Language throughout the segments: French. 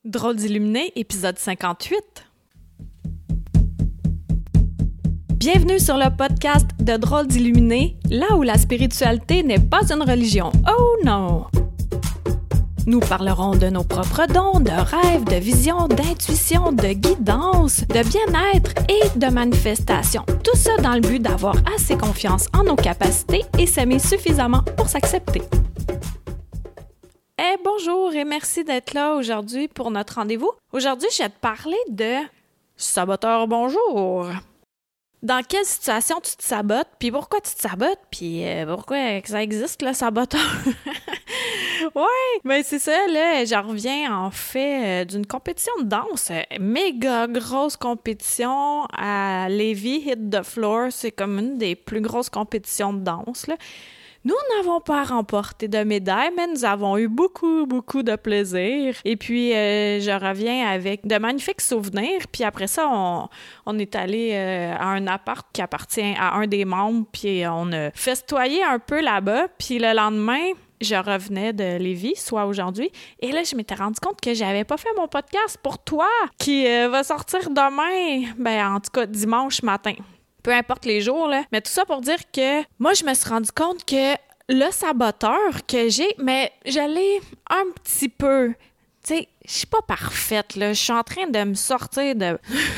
Drôles d'illuminés, épisode 58. Bienvenue sur le podcast de Drôles d'illuminés, là où la spiritualité n'est pas une religion. Oh non! Nous parlerons de nos propres dons, de rêves, de visions, d'intuition, de guidance, de bien-être et de manifestation. Tout ça dans le but d'avoir assez confiance en nos capacités et s'aimer suffisamment pour s'accepter. Bonjour et merci d'être là aujourd'hui pour notre rendez-vous. Aujourd'hui, je vais te parler de saboteur bonjour. Dans quelle situation tu te sabotes, puis pourquoi tu te sabotes, puis pourquoi que ça existe, le saboteur? Ouais, mais c'est ça, là, j'en reviens en fait d'une compétition de danse, méga grosse compétition à Lévis, Hit the Floor, c'est comme une des plus grosses compétitions de danse, là. Nous n'avons pas remporté de médaille, mais nous avons eu beaucoup de plaisir. Et puis, je reviens avec de magnifiques souvenirs. Puis après ça, on est allé à un appart qui appartient à un des membres. Puis on a festoyé un peu là-bas. Puis le lendemain, je revenais de Lévis, soit aujourd'hui. Et là, je m'étais rendu compte que j'avais pas fait mon podcast pour toi, qui va sortir demain. Ben, en tout cas, dimanche matin. Peu importe les jours, là. Mais tout ça pour dire que moi, je me suis rendu compte que le saboteur que j'ai, mais je l'ai un petit peu. Tu sais, je suis pas parfaite, là. Je suis en train de me sortir de,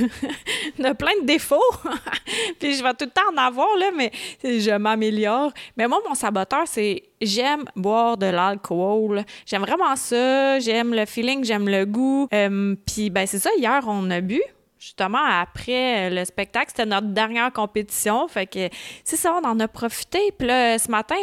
de plein de défauts. Puis je vais tout le temps en avoir, là, mais je m'améliore. Mais moi, mon saboteur, c'est j'aime boire de l'alcool. J'aime vraiment ça. J'aime le feeling, j'aime le goût. Puis, ben c'est ça, hier, on a bu. Justement, après le spectacle, c'était notre dernière compétition. Fait que, c'est ça, on en a profité. Puis là, ce matin,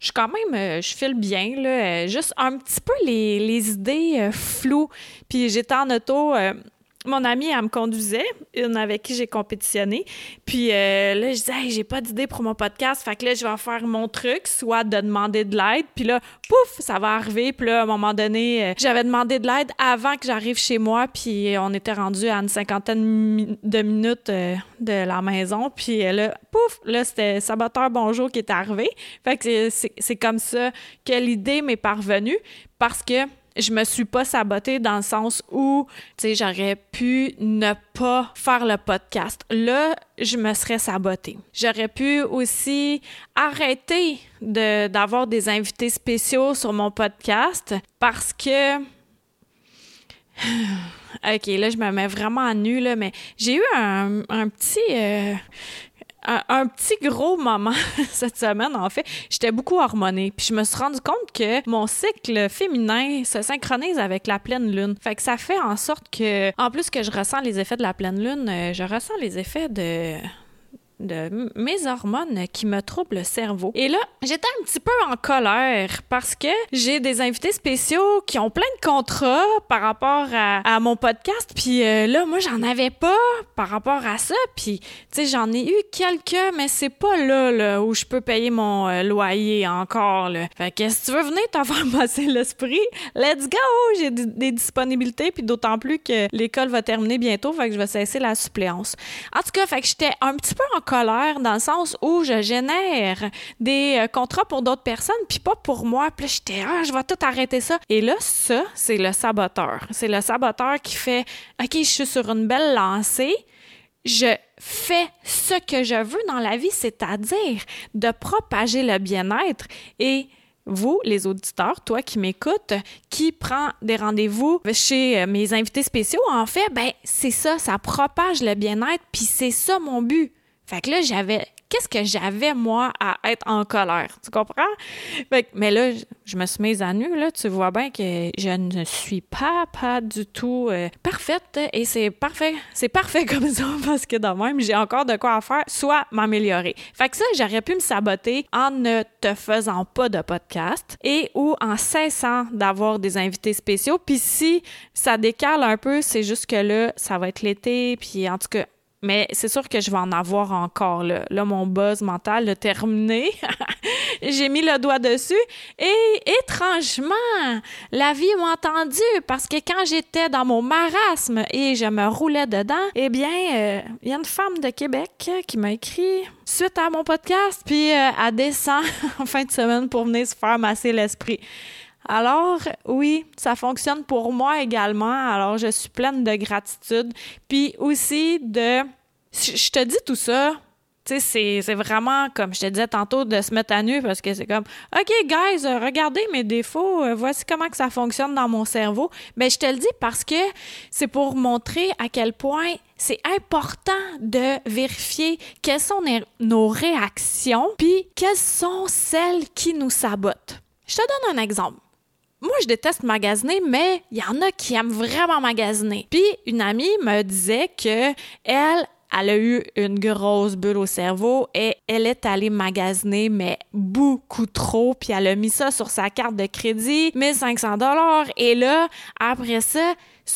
je file bien, là. Juste un petit peu les idées floues. Puis j'étais en auto. Mon amie, elle me conduisait, une avec qui j'ai compétitionné. Puis là, je disais, hey, j'ai pas d'idée pour mon podcast. Fait que là, je vais faire mon truc, soit de demander de l'aide. Puis là, pouf, ça va arriver. Puis là, à un moment donné, j'avais demandé de l'aide avant que j'arrive chez moi. Puis on était rendu à une cinquantaine de minutes de la maison. Puis là, pouf, là, c'était Saboteur Bonjour qui est arrivé. Fait que c'est comme ça que l'idée m'est parvenue. Parce que je me suis pas sabotée dans le sens où, tu sais, j'aurais pu ne pas faire le podcast. Là, je me serais sabotée. J'aurais pu aussi arrêter d'avoir des invités spéciaux sur mon podcast parce que... OK, là, je me mets vraiment à nu, là, mais j'ai eu un petit... Un petit gros moment cette semaine, en fait. J'étais beaucoup hormonée. Puis je me suis rendu compte que mon cycle féminin se synchronise avec la pleine lune. Fait que ça fait en sorte que, en plus que je ressens les effets de la pleine lune, je ressens les effets de mes hormones qui me troublent le cerveau. Et là, j'étais un petit peu en colère parce que j'ai des invités spéciaux qui ont plein de contrats par rapport à mon podcast. Puis là, moi, j'en avais pas par rapport à ça. Puis, tu sais, j'en ai eu quelques, mais c'est pas là où je peux payer mon loyer encore, là. Fait que si tu veux venir te faire masser l'esprit, let's go! J'ai des disponibilités, puis d'autant plus que l'école va terminer bientôt, fait que je vais cesser la suppléance. En tout cas, fait que j'étais un petit peu en colère dans le sens où je génère des contrats pour d'autres personnes puis pas pour moi. Puis là, j'étais je vais tout arrêter ça. Et là, ça, c'est le saboteur. C'est le saboteur qui fait OK, je suis sur une belle lancée. Je fais ce que je veux dans la vie, c'est-à-dire de propager le bien-être. Et vous, les auditeurs, toi qui m'écoutes, qui prend des rendez-vous chez mes invités spéciaux, en fait, ben c'est ça propage le bien-être, puis c'est ça mon but. Fait que là, qu'est-ce que j'avais, moi, à être en colère? Tu comprends? Fait que, mais là, je me suis mise à nu, là. Tu vois bien que je ne suis pas du tout parfaite. Et c'est parfait comme ça, parce que de même, j'ai encore de quoi faire, soit m'améliorer. Fait que ça, j'aurais pu me saboter en ne te faisant pas de podcast et ou en cessant d'avoir des invités spéciaux. Puis si ça décale un peu, c'est juste que là, ça va être l'été, puis en tout cas, mais c'est sûr que je vais en avoir encore, là. Là, mon buzz mental a terminé. J'ai mis le doigt dessus. Et étrangement, la vie m'a entendu parce que quand j'étais dans mon marasme et je me roulais dedans, eh bien, il y a une femme de Québec qui m'a écrit suite à mon podcast, puis elle descend en fin de semaine pour venir se faire masser l'esprit. Alors, oui, ça fonctionne pour moi également. Alors, je suis pleine de gratitude. Puis aussi je te dis tout ça, tu sais, c'est vraiment, comme je te disais tantôt, de se mettre à nu parce que c'est comme, OK, guys, regardez mes défauts, voici comment que ça fonctionne dans mon cerveau. Mais je te le dis parce que c'est pour montrer à quel point c'est important de vérifier quelles sont nos réactions puis quelles sont celles qui nous sabotent. Je te donne un exemple. Moi, je déteste magasiner, mais il y en a qui aiment vraiment magasiner. Puis, une amie me disait que elle a eu une grosse bulle au cerveau et elle est allée magasiner, mais beaucoup trop. Puis, elle a mis ça sur sa carte de crédit, 1500 $. Et là, après ça,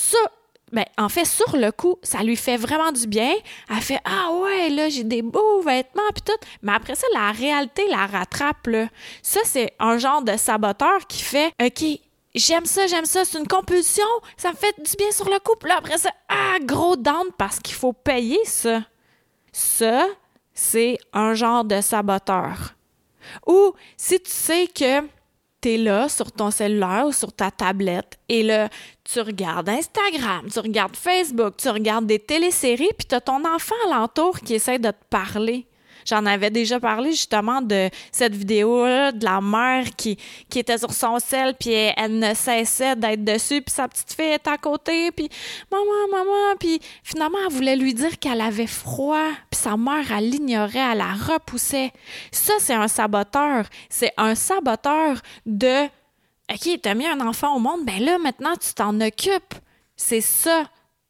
en fait, sur le coup, ça lui fait vraiment du bien. Elle fait « Ah ouais, là, j'ai des beaux vêtements, puis tout. » Mais après ça, la réalité la rattrape, là. Ça, c'est un genre de saboteur qui fait « OK, j'aime ça, c'est une compulsion, ça me fait du bien sur le coup. » Puis là, après ça, gros down parce qu'il faut payer ça. Ça, c'est un genre de saboteur. Ou si tu sais que t'es là sur ton cellulaire ou sur ta tablette et là, tu regardes Instagram, tu regardes Facebook, tu regardes des téléséries puis t'as ton enfant alentour qui essaie de te parler. J'en avais déjà parlé justement de cette vidéo-là de la mère qui était sur son cell puis elle ne cessait d'être dessus puis sa petite fille est à côté puis maman puis finalement elle voulait lui dire qu'elle avait froid puis sa mère elle l'ignorait, elle la repoussait. Ça c'est un saboteur, c'est un saboteur de OK, t'as mis un enfant au monde, ben là maintenant tu t'en occupes. C'est ça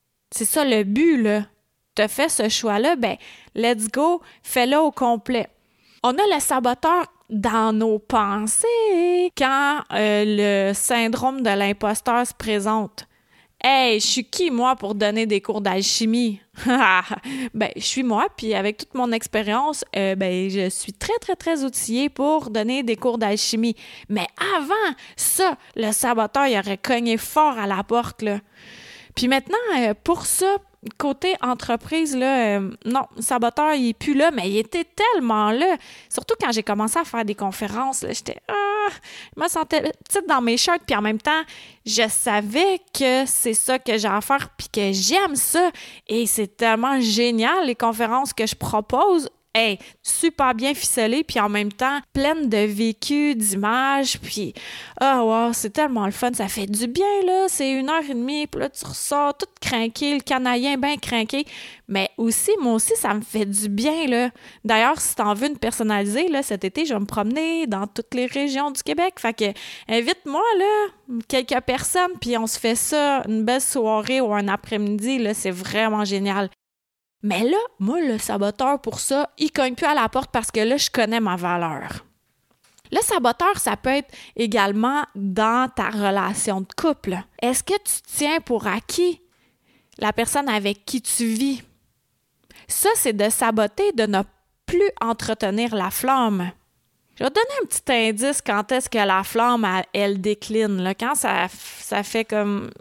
le but là. T'as fait ce choix-là, ben let's go, fais-le au complet. On a le saboteur dans nos pensées quand le syndrome de l'imposteur se présente. Hey, je suis qui, moi, pour donner des cours d'alchimie? Ben, je suis moi, puis avec toute mon expérience, je suis très, très, très outillée pour donner des cours d'alchimie. Mais avant ça, le saboteur, il aurait cogné fort à la porte, là. Puis maintenant, pour ça, côté entreprise, là, non, le saboteur, il est plus là, mais il était tellement là. Surtout quand j'ai commencé à faire des conférences, là, j'étais... je me sentais petite dans mes shirts, puis en même temps, je savais que c'est ça que j'ai à faire, puis que j'aime ça. Et c'est tellement génial, les conférences que je propose. Hey, super bien ficelée, puis en même temps, pleine de vécu, d'images, puis wow, c'est tellement le fun, ça fait du bien, là, c'est 1h30, puis là, tu ressors tout craqué, le canaillin bien craqué, mais aussi, moi aussi, ça me fait du bien, là. D'ailleurs, si t'en veux une personnalisée, là, cet été, je vais me promener dans toutes les régions du Québec, fait que invite-moi, là, quelques personnes, puis on se fait ça, une belle soirée ou un après-midi, là, c'est vraiment génial. Mais là, moi, le saboteur, pour ça, il cogne plus à la porte parce que là, je connais ma valeur. Le saboteur, ça peut être également dans ta relation de couple. Est-ce que tu tiens pour acquis la personne avec qui tu vis? Ça, c'est de saboter, de ne plus entretenir la flamme. Je vais te donner un petit indice quand est-ce que la flamme, elle décline. Là. Quand ça fait comme...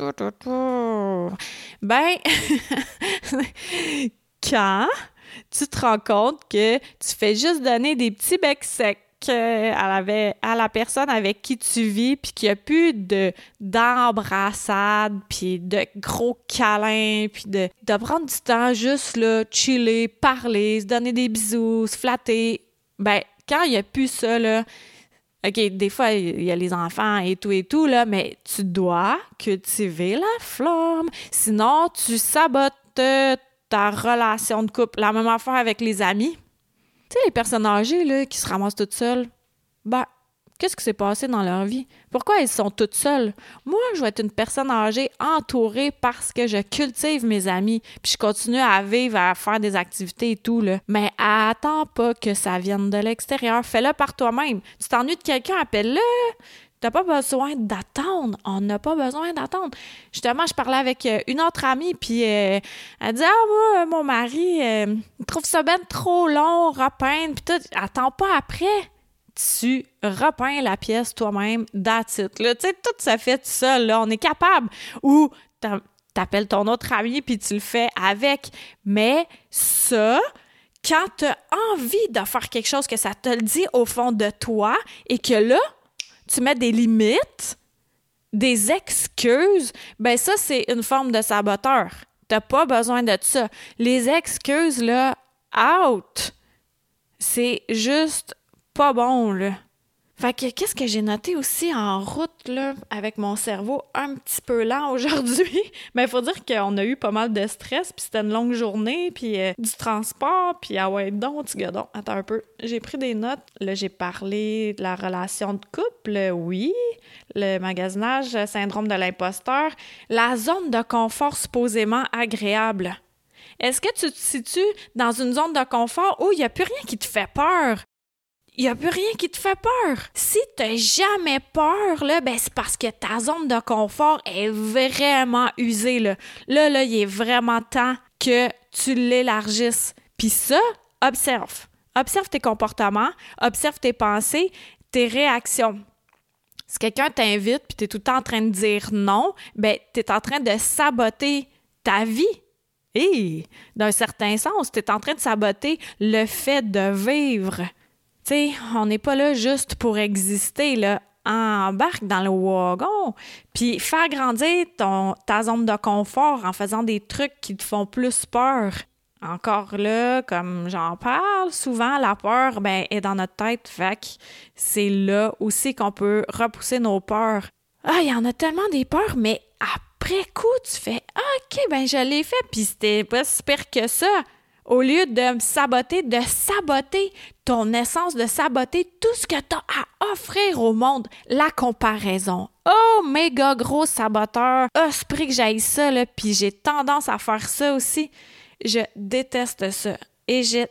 Ben, quand tu te rends compte que tu fais juste donner des petits becs secs à la personne avec qui tu vis, puis qu'il n'y a plus d'embrassade, puis de gros câlins, puis de prendre du temps juste là, chiller, parler, se donner des bisous, se flatter. Ben, quand il n'y a plus ça, là, OK, des fois, il y a les enfants et tout, là, mais tu dois cultiver la flamme. Sinon, tu sabotes ta relation de couple. La même affaire avec les amis. Tu sais, les personnes âgées, là, qui se ramassent toutes seules, ben, qu'est-ce qui s'est passé dans leur vie? Pourquoi elles sont toutes seules? Moi, je vais être une personne âgée entourée parce que je cultive mes amis, puis je continue à vivre, à faire des activités et tout, là. Mais attends pas que ça vienne de l'extérieur. Fais-le par toi-même. Tu t'ennuies de quelqu'un, appelle-le. T'as pas besoin d'attendre. On n'a pas besoin d'attendre. Justement, je parlais avec une autre amie, puis elle dit « Ah, moi, mon mari, il trouve ça ben trop long, repeindre, puis tout. Attends pas après. » Tu repeins la pièce toi-même, that's it. Là, tu sais, tout ça fait tout seul, là, on est capable. Ou t'appelles ton autre ami puis tu le fais avec. Mais ça, quand t'as envie de faire quelque chose, que ça te le dit au fond de toi et que là, tu mets des limites, des excuses, ben ça, c'est une forme de saboteur. T'as pas besoin de ça. Les excuses, là, out! C'est juste pas bon, là. Fait que qu'est-ce que j'ai noté aussi en route, là, avec mon cerveau un petit peu lent aujourd'hui? Ben, il faut dire qu'on a eu pas mal de stress, puis c'était une longue journée, puis du transport, puis ah ouais, donc, petit gadon. Attends un peu. J'ai pris des notes. Là, j'ai parlé de la relation de couple, oui. Le magasinage, syndrome de l'imposteur. La zone de confort supposément agréable. Est-ce que tu te situes dans une zone de confort où il n'y a plus rien qui te fait peur? Il n'y a plus rien qui te fait peur. Si tu n'as jamais peur, là, ben c'est parce que ta zone de confort est vraiment usée. Là, il est vraiment temps que tu l'élargisses. Puis ça, observe. Observe tes comportements, observe tes pensées, tes réactions. Si quelqu'un t'invite puis tu es tout le temps en train de dire non, ben tu es en train de saboter ta vie. Et d'un certain sens, tu es en train de saboter le fait de vivre. Tu sais, on n'est pas là juste pour exister, là. Embarque dans le wagon, puis faire grandir ta zone de confort en faisant des trucs qui te font plus peur. Encore là, comme j'en parle, souvent, la peur, ben, est dans notre tête, fait que c'est là aussi qu'on peut repousser nos peurs. Ah, il y en a tellement des peurs, mais après coup, tu fais « OK, ben je l'ai fait, puis c'était pas si pire que ça ». Au lieu de me saboter, de saboter ton essence, de saboter tout ce que tu as à offrir au monde, la comparaison. Oh, méga gros saboteur. Ah, c'est pris que j'aille ça, là, puis j'ai tendance à faire ça aussi. Je déteste ça. Et je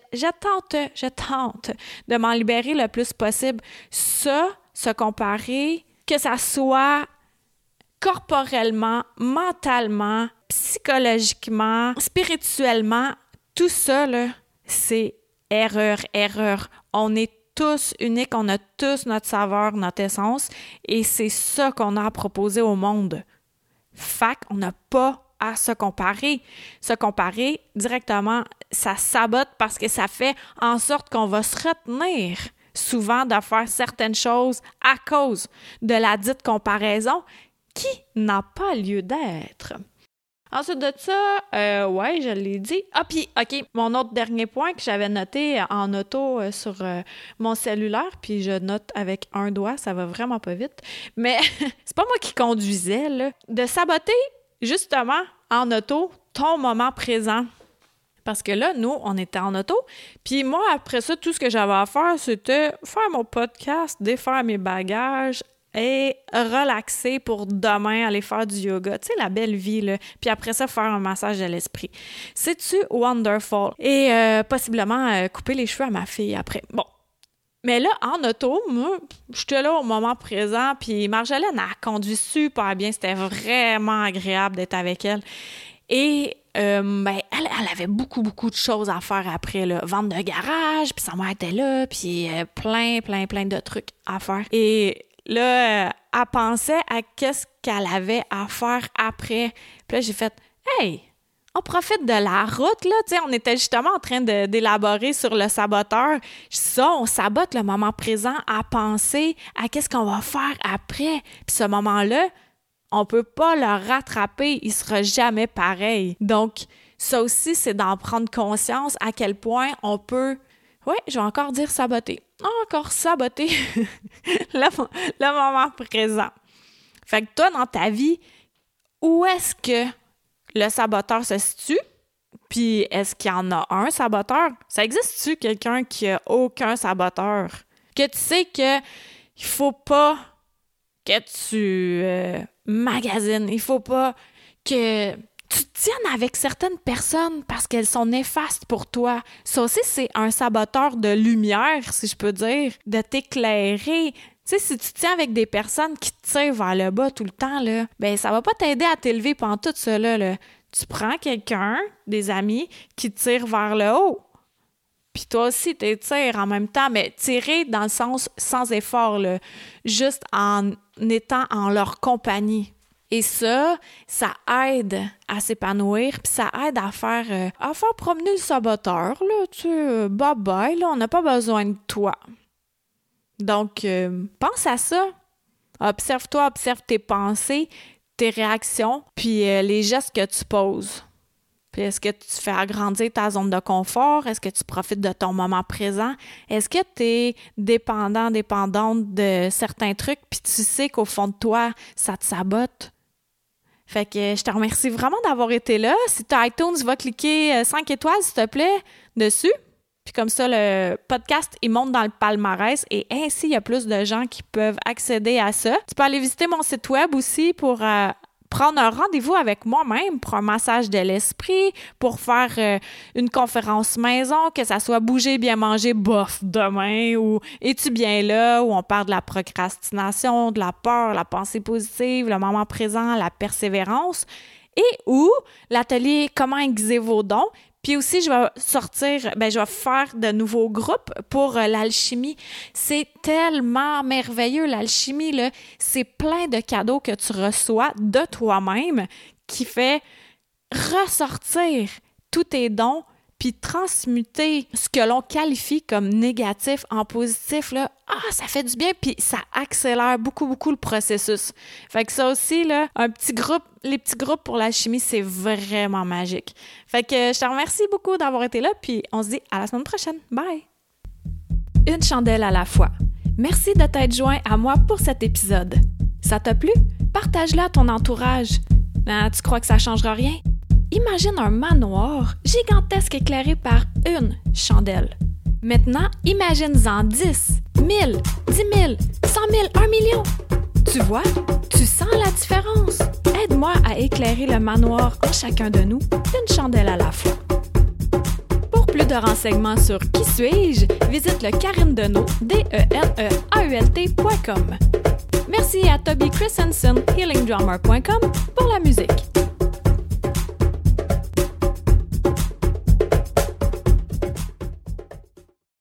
tente de m'en libérer le plus possible. Ça, se comparer, que ça soit corporellement, mentalement, psychologiquement, spirituellement, tout ça, là, c'est erreur. On est tous uniques, on a tous notre saveur, notre essence, et c'est ça qu'on a à proposer au monde. Fait qu'on n'a pas à se comparer. Se comparer directement, ça sabote parce que ça fait en sorte qu'on va se retenir souvent de faire certaines choses à cause de la dite comparaison qui n'a pas lieu d'être. Ensuite de ça, ouais, je l'ai dit. Ah, puis, OK, mon autre dernier point que j'avais noté en auto sur mon cellulaire, puis je note avec un doigt, ça va vraiment pas vite, mais c'est pas moi qui conduisais, là. De saboter, justement, en auto, ton moment présent. Parce que là, nous, on était en auto, puis moi, après ça, tout ce que j'avais à faire, c'était faire mon podcast, défaire mes bagages, et relaxer pour demain aller faire du yoga. Tu sais, la belle vie, là. Puis après ça, faire un massage de l'esprit. C'est-tu wonderful? Et possiblement couper les cheveux à ma fille après. Bon. Mais là, en auto, moi, j'étais là au moment présent, puis Marjolaine a conduit super bien. C'était vraiment agréable d'être avec elle. Et ben, elle avait beaucoup de choses à faire après, là. Vente de garage, puis sa mère était là, puis plein de trucs à faire. Et là, elle pensait à qu'est-ce qu'elle avait à faire après. Puis là, j'ai fait « Hey, on profite de la route, là. » Tu sais, on était justement en train d'élaborer sur le saboteur. Ça, on sabote le moment présent à penser à qu'est-ce qu'on va faire après. Puis ce moment-là, on peut pas le rattraper. Il sera jamais pareil. Donc, ça aussi, c'est d'en prendre conscience à quel point on peut... Oui, je vais encore dire saboter. Encore saboter le moment présent. Fait que toi, dans ta vie, où est-ce que le saboteur se situe? Puis est-ce qu'il y en a un saboteur? Ça existe-tu quelqu'un qui a aucun saboteur? Que tu sais que il faut pas que tu magasines, il faut pas que tu te tiennes avec certaines personnes parce qu'elles sont néfastes pour toi. Ça aussi, c'est un saboteur de lumière, si je peux dire, de t'éclairer. Tu sais, si tu te tiens avec des personnes qui te tirent vers le bas tout le temps, là, ben ça va pas t'aider à t'élever pendant tout cela, là. Tu prends quelqu'un, des amis, qui te tirent vers le haut. Puis toi aussi, tu tires en même temps, mais tirer dans le sens sans effort, là, juste en étant en leur compagnie. Et ça aide à s'épanouir, puis ça aide à faire promener le saboteur, là, tu sais, bye-bye, là, on n'a pas besoin de toi. Donc, pense à ça. Observe-toi, observe tes pensées, tes réactions, puis les gestes que tu poses. Puis est-ce que tu fais agrandir ta zone de confort? Est-ce que tu profites de ton moment présent? Est-ce que tu es dépendante de certains trucs, puis tu sais qu'au fond de toi, ça te sabote? Fait que je te remercie vraiment d'avoir été là. Si tu as iTunes, va cliquer 5 étoiles, s'il te plaît, dessus. Puis comme ça, le podcast, il monte dans le palmarès et ainsi, il y a plus de gens qui peuvent accéder à ça. Tu peux aller visiter mon site web aussi pour prendre un rendez-vous avec moi-même pour un massage de l'esprit, pour faire une conférence maison, que ça soit bouger, bien manger, bof, demain, ou es-tu bien là, où on parle de la procrastination, de la peur, la pensée positive, le moment présent, la persévérance, et ou l'atelier Comment aiguiser vos dons. Puis aussi, je vais faire de nouveaux groupes pour l'alchimie. C'est tellement merveilleux, l'alchimie, là. C'est plein de cadeaux que tu reçois de toi-même qui fait ressortir tous tes dons puis transmuter ce que l'on qualifie comme négatif en positif, là. Ça fait du bien, puis ça accélère beaucoup, beaucoup le processus. Fait que ça aussi, là, les petits groupes pour l'alchimie, c'est vraiment magique. Fait que je te remercie beaucoup d'avoir été là, puis on se dit à la semaine prochaine. Bye! Une chandelle à la fois. Merci de t'être joint à moi pour cet épisode. Ça t'a plu? Partage-le à ton entourage. Tu crois que ça changera rien? Imagine un manoir gigantesque éclairé par une chandelle. Maintenant, imagine-en 10, 1000, 10 000, 100 000, 1 million. Tu vois? Tu sens la différence? Aide-moi à éclairer le manoir en chacun de nous, une chandelle à la fois. Pour plus de renseignements sur Qui suis-je, visite le Karinedenault, DENEAULT.com. Merci à Toby Christensen, healingdrummer.com pour la musique.